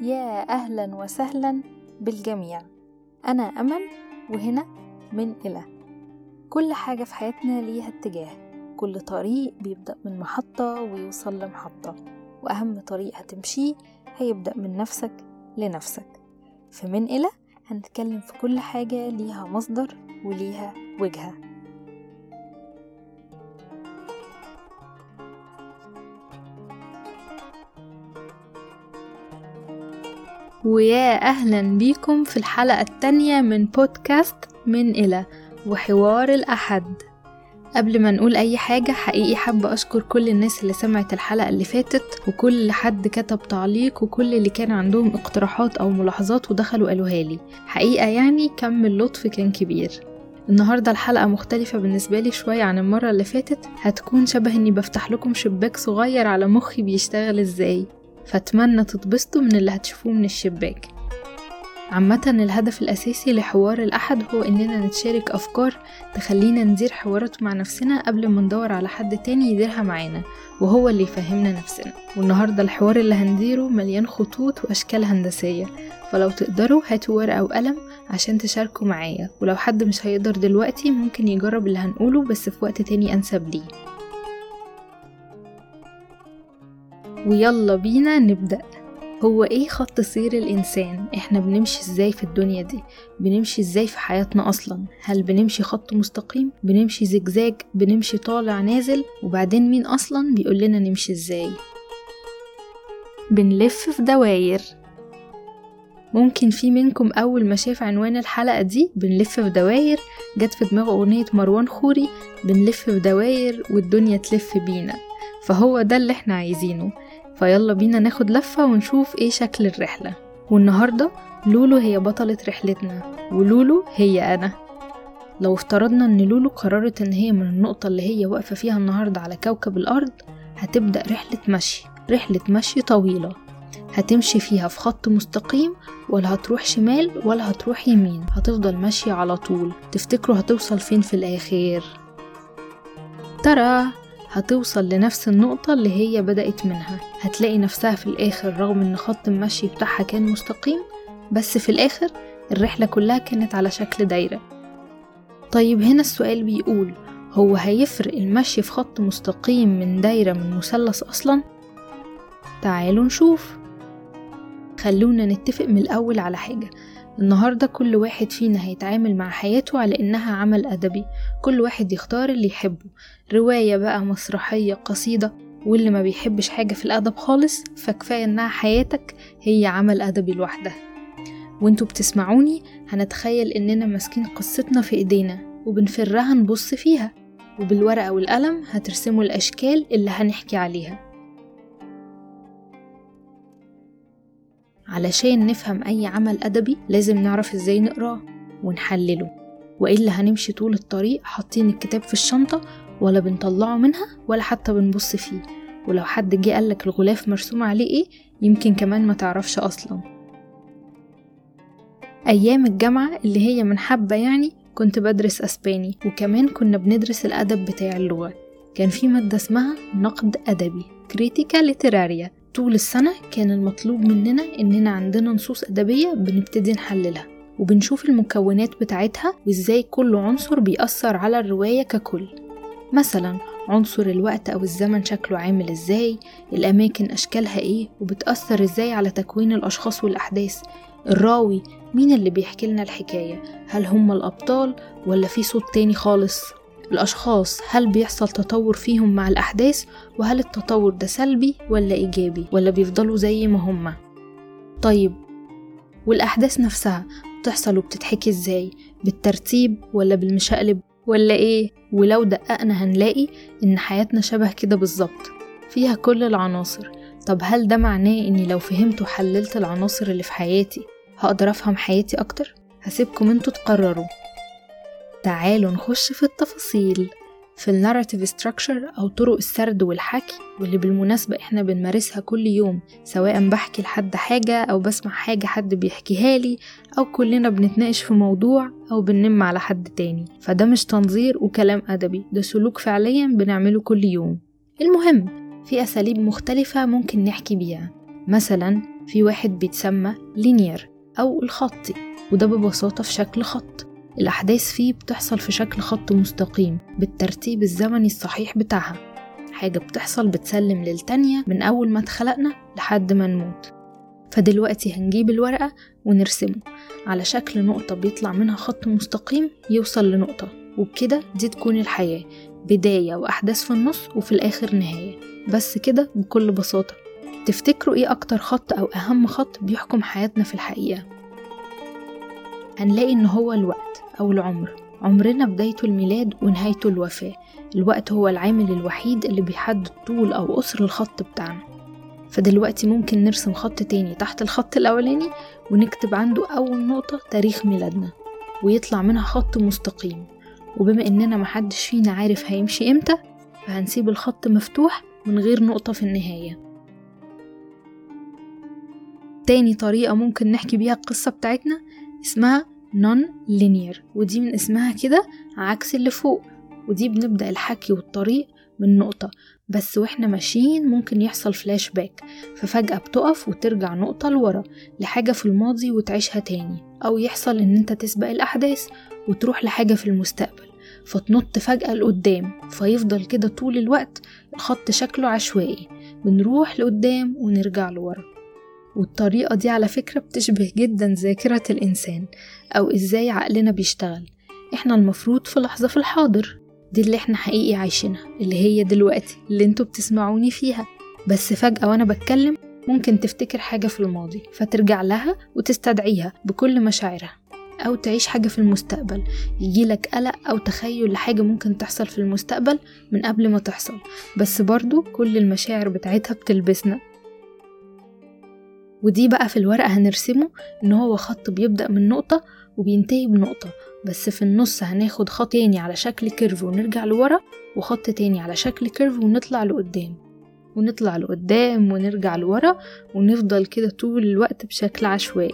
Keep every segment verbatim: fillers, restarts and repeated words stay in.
يا أهلا وسهلا بالجميع. أنا أمل، وهنا من إلى. كل حاجة في حياتنا ليها اتجاه، كل طريق بيبدأ من محطة ويوصل لمحطة، وأهم طريق هتمشيه هيبدأ من نفسك لنفسك. فمن إلى هنتكلم في كل حاجة ليها مصدر وليها وجهة. ويا أهلا بيكم في الحلقة التانية من بودكاست من إلى وحوار الأحد. قبل ما نقول أي حاجة، حقيقي حابة أشكر كل الناس اللي سمعت الحلقة اللي فاتت، وكل حد كتب تعليق، وكل اللي كان عندهم اقتراحات أو ملاحظات ودخلوا قالوها لي. حقيقة يعني كم اللطف كان كبير. النهاردة الحلقة مختلفة بالنسبة لي شوية عن المرة اللي فاتت، هتكون شبه إني بفتح لكم شباك صغير على مخي بيشتغل إزاي، فأتمنى تتبسطوا من اللي هتشوفوه من الشباك. عامة الهدف الأساسي لحوار الأحد هو إننا نتشارك أفكار تخلينا ندير حوارات مع نفسنا قبل ما ندور على حد تاني يديرها معانا، وهو اللي يفهمنا نفسنا. والنهاردة الحوار اللي هنديره مليان خطوط وأشكال هندسية، فلو تقدروا هاتوا ورقة وقلم عشان تشاركوا معايا، ولو حد مش هيقدر دلوقتي ممكن يجرب اللي هنقوله بس في وقت تاني أنسب ليه. ويلا بينا نبدأ. هو ايه خط سير الإنسان؟ احنا بنمشي ازاي في الدنيا دي؟ بنمشي ازاي في حياتنا أصلا؟ هل بنمشي خط مستقيم؟ بنمشي زجزاج؟ بنمشي طالع نازل؟ وبعدين مين أصلا بيقول لنا نمشي ازاي؟ بنلف في دواير. ممكن في منكم أول ما شاف عنوان الحلقة دي بنلف في دواير جت في دماغ أغنية مروان خوري، بنلف في دواير والدنيا تلف بينا. فهو ده اللي احنا عايزينه. فيلا بينا ناخد لفة ونشوف ايه شكل الرحلة. والنهاردة لولو هي بطلة رحلتنا، ولولو هي أنا. لو افترضنا ان لولو قررت ان هي من النقطة اللي هي واقفة فيها النهاردة على كوكب الأرض هتبدأ رحلة مشي، رحلة مشي طويلة هتمشي فيها في خط مستقيم، ولا هتروح شمال ولا هتروح يمين، هتفضل ماشية على طول. تفتكروا هتوصل فين في الآخر؟ ترى هتوصل لنفس النقطة اللي هي بدأت منها. هتلاقي نفسها في الآخر رغم ان خط المشي بتاعها كان مستقيم، بس في الآخر الرحلة كلها كانت على شكل دايرة. طيب هنا السؤال بيقول، هو هيفرق المشي في خط مستقيم من دايرة من مثلث أصلا؟ تعالوا نشوف. خلونا نتفق من الأول على حاجة. النهاردة كل واحد فينا هيتعامل مع حياته على إنها عمل أدبي. كل واحد يختار اللي يحبه، رواية بقى، مسرحية، قصيدة. واللي ما بيحبش حاجة في الأدب خالص فكفاية إنها حياتك هي عمل أدبي لوحدها. وانتوا بتسمعوني هنتخيل إننا ماسكين قصتنا في إيدينا وبنفرها نبص فيها، وبالورقة والقلم هترسموا الأشكال اللي هنحكي عليها. علشان نفهم أي عمل أدبي لازم نعرف إزاي نقراه ونحلله، وإلا هنمشي طول الطريق حاطين الكتاب في الشنطة ولا بنطلعه منها ولا حتى بنبص فيه. ولو حد جه قالك الغلاف مرسوم عليه إيه يمكن كمان ما تعرفش أصلا. أيام الجامعة اللي هي من حبة يعني كنت بدرس أسباني، وكمان كنا بندرس الأدب بتاع اللغة. كان في مادة اسمها نقد أدبي، كريتيكا ليتراريا. طول السنة كان المطلوب مننا إننا عندنا نصوص أدبية بنبتدي نحللها وبنشوف المكونات بتاعتها وإزاي كل عنصر بيأثر على الرواية ككل. مثلا عنصر الوقت أو الزمن شكله عامل إزاي، الأماكن أشكالها إيه وبتأثر إزاي على تكوين الأشخاص والأحداث، الراوي مين اللي بيحكي لنا الحكاية، هل هم الأبطال ولا في صوت تاني خالص، الأشخاص هل بيحصل تطور فيهم مع الأحداث، وهل التطور ده سلبي ولا إيجابي ولا بيفضلوا زي ما هما. طيب والأحداث نفسها بتحصل وبتتحكي إزاي، بالترتيب ولا بالمشقلب ولا إيه؟ ولو دققنا هنلاقي إن حياتنا شبه كده بالظبط، فيها كل العناصر. طب هل ده معناه إني لو فهمت وحللت العناصر اللي في حياتي هقدر أفهم حياتي أكتر؟ هسيبكم انتوا تقرروا. تعالوا نخش في التفاصيل. في الناراتيف ستراكشر أو طرق السرد والحكي، واللي بالمناسبة إحنا بنمارسها كل يوم، سواء بحكي لحد حاجة أو بسمع حاجة حد بيحكيها لي، أو كلنا بنتناقش في موضوع أو بننم على حد تاني. فده مش تنظير وكلام أدبي، ده سلوك فعليا بنعمله كل يوم. المهم في أساليب مختلفة ممكن نحكي بيها. مثلا في واحد بيتسمى لينير أو الخطي، وده ببساطة في شكل خط. الأحداث فيه بتحصل في شكل خط مستقيم بالترتيب الزمني الصحيح بتاعها، حاجة بتحصل بتسلم للتانية من أول ما اتخلقنا لحد ما نموت. فدلوقتي هنجيب الورقة ونرسمه على شكل نقطة بيطلع منها خط مستقيم يوصل لنقطة، وبكده دي تكون الحياة، بداية وأحداث في النص وفي الآخر نهاية. بس كده بكل بساطة. تفتكروا إيه أكتر خط أو أهم خط بيحكم حياتنا في الحقيقة؟ هنلاقي إن هو الوقت أو العمر. عمرنا بدايته الميلاد ونهايته الوفاة. الوقت هو العامل الوحيد اللي بيحدد طول أو قصر الخط بتاعنا. فدلوقتي ممكن نرسم خط تاني تحت الخط الأولاني ونكتب عنده أول نقطة تاريخ ميلادنا، ويطلع منها خط مستقيم. وبما إننا محدش فينا عارف هيمشي إمتى، فهنسيب الخط مفتوح من غير نقطة في النهاية. تاني طريقة ممكن نحكي بيها القصة بتاعتنا اسمها non-linear، ودي من اسمها كده عكس اللي فوق. ودي بنبدأ الحكي والطريق من نقطة، بس واحنا ماشيين ممكن يحصل فلاش باك، ففجأة بتقف وترجع نقطة لورا لحاجة في الماضي وتعيشها تاني. أو يحصل إن انت تسبق الأحداث وتروح لحاجة في المستقبل فتنط فجأة لقدام، فيفضل كده طول الوقت الخط شكله عشوائي، بنروح لقدام ونرجع لورا. والطريقة دي على فكرة بتشبه جدا ذاكرة الإنسان، أو إزاي عقلنا بيشتغل. إحنا المفروض في لحظة في الحاضر، دي اللي إحنا حقيقي عايشينها، اللي هي دلوقتي اللي انتوا بتسمعوني فيها. بس فجأة وأنا بتكلم ممكن تفتكر حاجة في الماضي فترجع لها وتستدعيها بكل مشاعرها، أو تعيش حاجة في المستقبل يجيلك قلق أو تخيل لحاجة ممكن تحصل في المستقبل من قبل ما تحصل، بس برضو كل المشاعر بتاعتها بتلبسنا. ودي بقى في الورقة هنرسمه إن هو خط بيبدأ من نقطة وبينتهي بنقطة، بس في النص هناخد خط تاني على شكل كيرف ونرجع لورا، وخط تاني على شكل كيرف ونطلع لقدام، ونطلع لقدام ونرجع لورا، ونفضل كده طول الوقت بشكل عشوائي.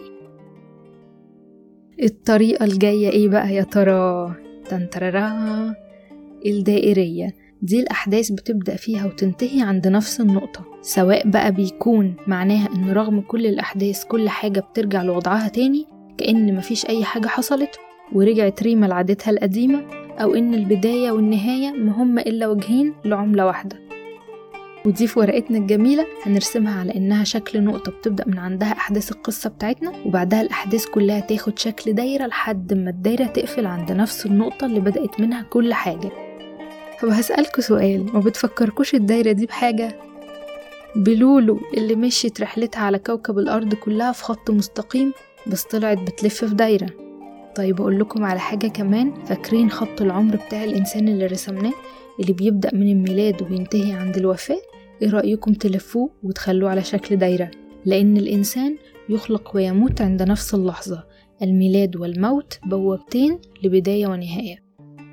الطريقة الجاية ايه بقى يا ترى؟ تنتررا الدائرية. دي الأحداث بتبدأ فيها وتنتهي عند نفس النقطة، سواء بقى بيكون معناها إن رغم كل الأحداث كل حاجة بترجع لوضعها تاني كأن مفيش أي حاجة حصلت ورجعت ريما لعادتها القديمة، أو إن البداية والنهاية مهم إلا وجهين لعملة واحدة. ودي في ورقتنا الجميلة هنرسمها على إنها شكل نقطة بتبدأ من عندها أحداث القصة بتاعتنا، وبعدها الأحداث كلها تاخد شكل دايرة لحد ما الدايرة تقفل عند نفس النقطة اللي بدأت منها كل حاجة. فبهسألكوا سؤال، ما بتفكركوش الدايرة دي بحاجة؟ بلولو اللي مشيت رحلتها على كوكب الأرض كلها في خط مستقيم بس طلعت بتلف في دايرة. طيب أقول لكم على حاجة كمان، فاكرين خط العمر بتاع الإنسان اللي رسمناه اللي بيبدأ من الميلاد وبينتهي عند الوفاة؟ إيه رأيكم تلفوه وتخلوه على شكل دايرة؟ لأن الإنسان يخلق ويموت عند نفس اللحظة، الميلاد والموت بوابتين لبداية ونهاية.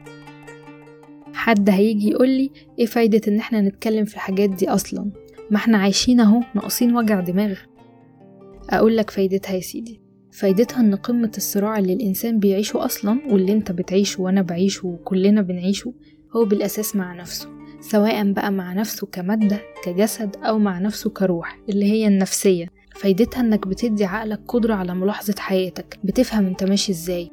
حد هيجي يقولي إيه فايدة إن احنا نتكلم في الحاجات دي أصلا؟ ما احنا عايشين اهو ناقصين وجع دماغ. أقول لك فايدتها يا سيدي. فايدتها إن قمة الصراع اللي الإنسان بيعيشه أصلا، واللي انت بتعيشه وأنا بعيشه وكلنا بنعيشه، هو بالأساس مع نفسه، سواء بقى مع نفسه كمادة كجسد أو مع نفسه كروح اللي هي النفسية. فايدتها إنك بتدي عقلك قدرة على ملاحظة حياتك، بتفهم انت ماشي ازاي.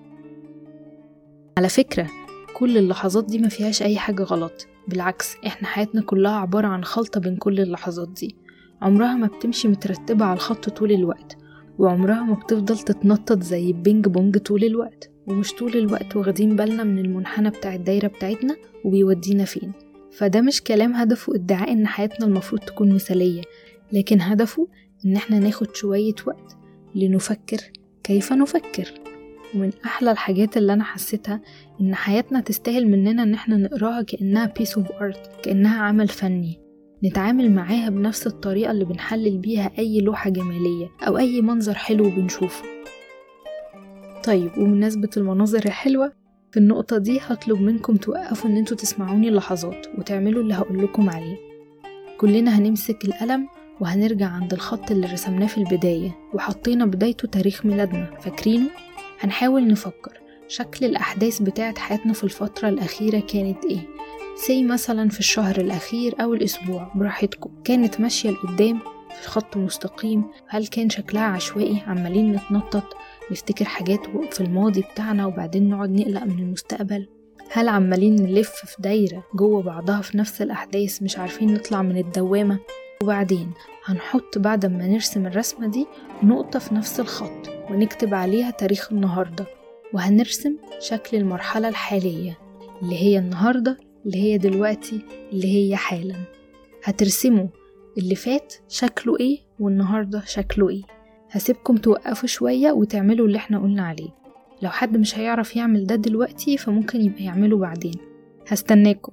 على فكرة كل اللحظات دي ما فيهاش أي حاجة غلط، بالعكس احنا حياتنا كلها عبارة عن خلطة بين كل اللحظات دي. عمرها ما بتمشي مترتبة على الخط طول الوقت، وعمرها ما بتفضل تتنطط زي البينج بونج طول الوقت، ومش طول الوقت واخدين بالنا من المنحنى بتاع الدايرة بتاعتنا وبيودينا فين. فده مش كلام هدفه ادعاء ان حياتنا المفروض تكون مثالية، لكن هدفه ان احنا ناخد شوية وقت لنفكر كيف نفكر. ومن احلى الحاجات اللي انا حسيتها ان حياتنا تستاهل مننا ان احنا نقراها كأنها piece of art، كأنها عمل فني، نتعامل معاها بنفس الطريقة اللي بنحلل بيها اي لوحة جمالية او اي منظر حلو بنشوفه. طيب ومناسبة المناظر الحلوة، في النقطة دي هطلب منكم توقفوا ان انتوا تسمعوني اللحظات وتعملوا اللي هقولكم عليه. كلنا هنمسك القلم وهنرجع عند الخط اللي رسمناه في البداية وحطينا بدايته تاريخ ميلادنا، فاكرينه؟ هنحاول نفكر شكل الأحداث بتاعت حياتنا في الفترة الأخيرة كانت إيه؟ سي مثلا في الشهر الأخير أو الأسبوع، براحتكم. كانت ماشية لقدام في في خط مستقيم؟ هل كان شكلها عشوائي عمالين نتنطط نفتكر حاجات في الماضي بتاعنا وبعدين نقعد نقلق من المستقبل؟ هل عمالين نلف في دايرة جوه بعضها في نفس الأحداث مش عارفين نطلع من الدوامة؟ وبعدين هنحط بعد ما نرسم الرسمة دي نقطة في نفس الخط ونكتب عليها تاريخ النهاردة، وهنرسم شكل المرحلة الحالية اللي هي النهاردة، اللي هي دلوقتي، اللي هي حالا. هترسموا اللي فات شكله ايه والنهاردة شكله ايه. هسيبكم توقفوا شوية وتعملوا اللي احنا قلنا عليه. لو حد مش هيعرف يعمل ده دلوقتي فممكن يبقى يعمله بعدين. هستناكم.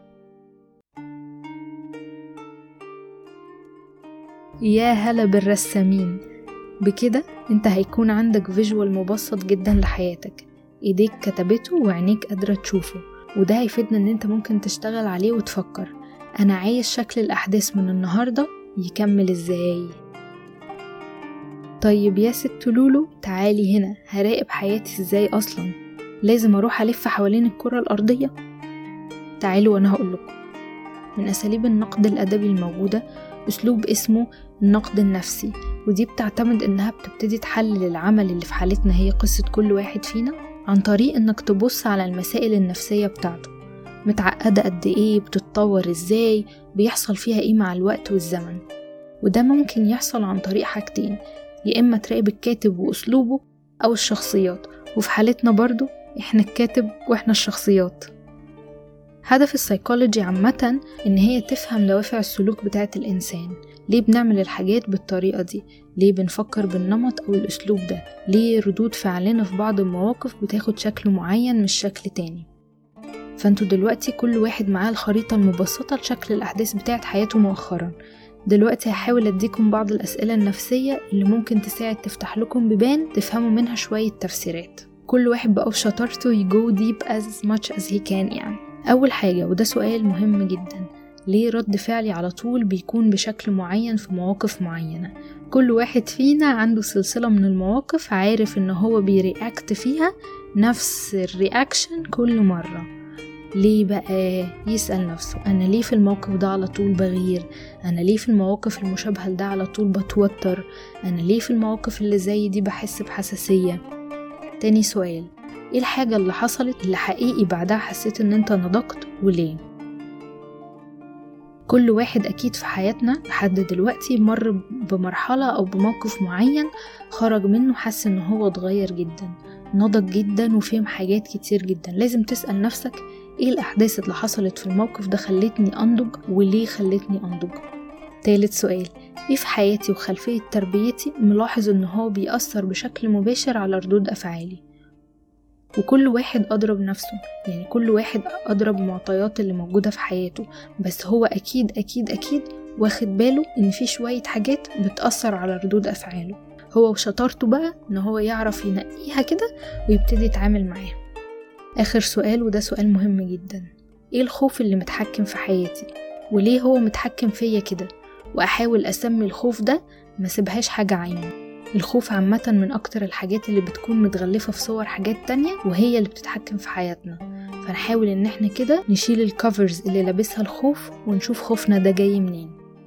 يا هلا بالرسامين. بكده انت هيكون عندك فيجوال مبسط جدا لحياتك، ايديك كتبته وعينيك قادرة تشوفه، وده هيفيدنا ان انت ممكن تشتغل عليه وتفكر انا عايز شكل الاحداث من النهاردة يكمل ازاي. طيب يا ست لولو تعالي هنا، هراقب حياتي ازاي اصلا؟ لازم اروح الف حوالين الكرة الارضية؟ تعالوا وانا هقولكم. من اساليب النقد الادبي الموجودة اسلوب اسمه النقد النفسي، ودي بتعتمد انها بتبتدي تحلل العمل اللي في حالتنا هي قصة كل واحد فينا عن طريق انك تبص على المسائل النفسية بتاعته، متعقدة قد ايه، بتتطور ازاي، بيحصل فيها ايه مع الوقت والزمن. وده ممكن يحصل عن طريق حاجتين، يا اما تراقب الكاتب واسلوبه او الشخصيات، وفي حالتنا برضو احنا الكاتب واحنا الشخصيات. هدف السايكولوجي عامة ان هي تفهم دوافع السلوك بتاعة الانسان، ليه بنعمل الحاجات بالطريقة دي، ليه بنفكر بالنمط او الاسلوب ده، ليه ردود فعلنا في بعض المواقف بتاخد شكل معين مش شكل تاني. فانتوا دلوقتي كل واحد معاه الخريطة المبسطة لشكل الاحداث بتاعة حياته مؤخرا. دلوقتي هحاول اديكم بعض الاسئلة النفسية اللي ممكن تساعد تفتح لكم بيبان تفهموا منها شوية تفسيرات. كل واحد بقى بشطارته يجو ديب as much as he can يعني. أول حاجة، وده سؤال مهم جدا، ليه رد فعلي على طول بيكون بشكل معين في مواقف معينة؟ كل واحد فينا عنده سلسلة من المواقف عارف إن هو بيرياكت فيها نفس الرياكشن كل مرة. ليه بقى؟ يسأل نفسه أنا ليه في الموقف ده على طول بغير؟ أنا ليه في المواقف المشابهة لده على طول بتوتر؟ أنا ليه في المواقف اللي زي دي بحس بحساسية؟ تاني سؤال، ايه الحاجة اللي حصلت اللي حقيقي بعدها حسيت ان انت نضجت وليه؟ كل واحد اكيد في حياتنا لحد دلوقتي مر بمرحلة او بموقف معين خرج منه حس ان هو اتغير جدا، نضج جدا وفهم حاجات كتير جدا. لازم تسأل نفسك ايه الاحداث اللي حصلت في الموقف ده خلتني انضج وليه خلتني انضج. تالت سؤال، ايه في حياتي وخلفية تربيتي ملاحظ ان هو بيأثر بشكل مباشر على ردود افعالي؟ وكل واحد أضرب نفسه، يعني كل واحد أضرب المعطيات اللي موجودة في حياته، بس هو أكيد أكيد أكيد واخد باله إن في شوية حاجات بتأثر على ردود أفعاله. هو وشطارته بقى إن هو يعرف ينقيها كده ويبتدي يتعامل معاها. آخر سؤال، وده سؤال مهم جدا، إيه الخوف اللي متحكم في حياتي وليه هو متحكم فيا كده؟ وأحاول أسمي الخوف ده ما سيبهاش حاجة عينه. الخوف عامة من أكتر الحاجات اللي بتكون متغلفة في صور حاجات تانية وهي اللي بتتحكم في حياتنا. فنحاول إن احنا كده نشيل الكفرز اللي لابسها الخوف ونشوف خوفنا ده جاي منين.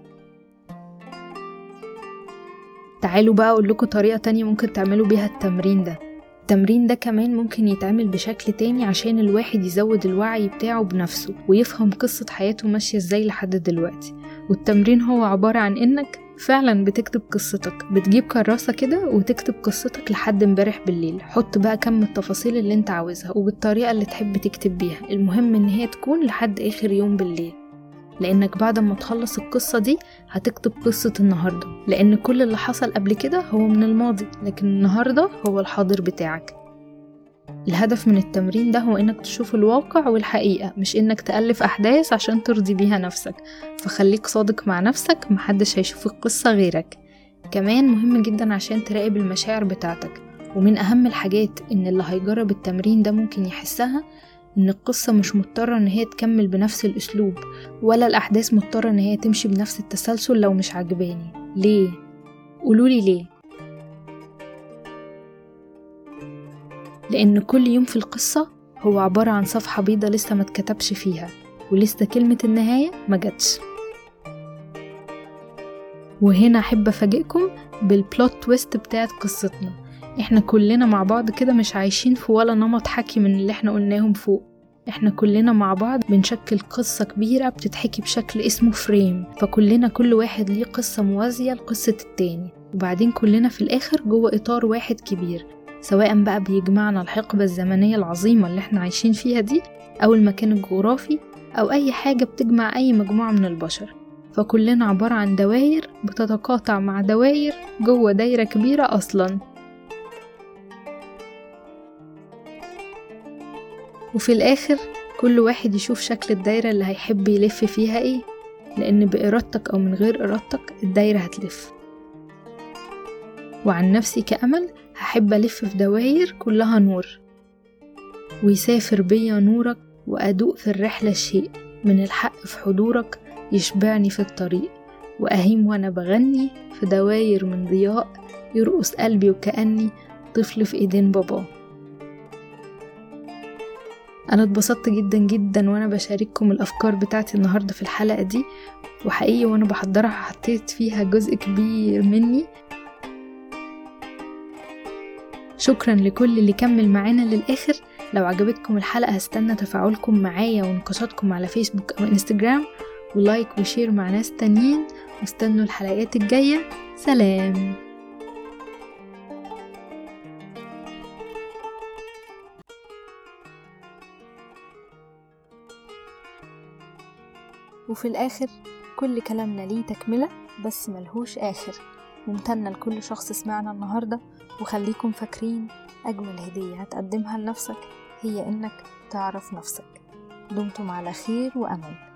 تعالوا بقى أقول لكم طريقة تانية ممكن تعملوا بيها التمرين ده. التمرين ده كمان ممكن يتعمل بشكل تاني عشان الواحد يزود الوعي بتاعه بنفسه ويفهم قصة حياته ماشية ازاي لحد دلوقتي. والتمرين هو عبارة عن إنك فعلا بتكتب قصتك، بتجيب كراسة كده وتكتب قصتك لحد امبارح بالليل. حط بقى كم التفاصيل اللي انت عاوزها وبالطريقة اللي تحب تكتب بيها، المهم ان هي تكون لحد آخر يوم بالليل، لأنك بعد ما تخلص القصة دي هتكتب قصة النهاردة، لأن كل اللي حصل قبل كده هو من الماضي، لكن النهاردة هو الحاضر بتاعك. الهدف من التمرين ده هو انك تشوف الواقع والحقيقة، مش انك تألف أحداث عشان ترضي بيها نفسك. فخليك صادق مع نفسك، محدش هيشوف القصة غيرك. كمان مهم جدا عشان تراقب المشاعر بتاعتك، ومن أهم الحاجات ان اللي هيجرب التمرين ده ممكن يحسها ان القصة مش مضطرة ان هي تكمل بنفس الأسلوب، ولا الأحداث مضطرة ان هي تمشي بنفس التسلسل لو مش عجباني. ليه؟ قولولي ليه؟ لأن كل يوم في القصة هو عبارة عن صفحة بيضة لسه ما اتكتبش فيها، ولسه كلمة النهاية ما جاتش. وهنا أحب أفاجئكم بالبلوت تويست بتاعت قصتنا. احنا كلنا مع بعض كده مش عايشين في ولا نمط حكي من اللي احنا قلناهم فوق، احنا كلنا مع بعض بنشكل قصة كبيرة بتتحكي بشكل اسمه فريم، فكلنا كل واحد ليه قصة موازية لقصة التاني، وبعدين كلنا في الآخر جوه إطار واحد كبير، سواء بقى بيجمعنا الحقبة الزمنية العظيمة اللي احنا عايشين فيها دي، أو المكان الجغرافي، أو أي حاجة بتجمع أي مجموعة من البشر. فكلنا عبارة عن دواير بتتقاطع مع دواير جوه دايرة كبيرة أصلا. وفي الآخر كل واحد يشوف شكل الدايرة اللي هيحب يلف فيها ايه، لأن بإرادتك أو من غير إرادتك الدايرة هتلف. وعن نفسي كأمل هحب ألف في دواير كلها نور، ويسافر بيا نورك وأدوق في الرحلة شيء من الحق في حضورك يشبعني في الطريق، وأهيم وأنا بغني في دواير من ضياء يرقص قلبي وكأني طفل في إيدين بابا. أنا اتبسطت جدا جدا وأنا بشارككم الأفكار بتاعتي النهاردة في الحلقة دي، وحقيقي وأنا بحضرها حطيت فيها جزء كبير مني. شكرا لكل اللي كمل معانا للآخر. لو عجبتكم الحلقة هستنى تفاعلكم معايا ونقاشاتكم على فيسبوك أو انستجرام، ولايك وشير مع ناس تانيين، واستنوا الحلقات الجاية. سلام. وفي الآخر كل كلامنا ليه تكملة بس ملهوش آخر. ممتنة لكل شخص سمعنا النهاردة، وخليكم فاكرين أجمل هدية هتقدمها لنفسك هي إنك تعرف نفسك. دمتم على خير وأمل.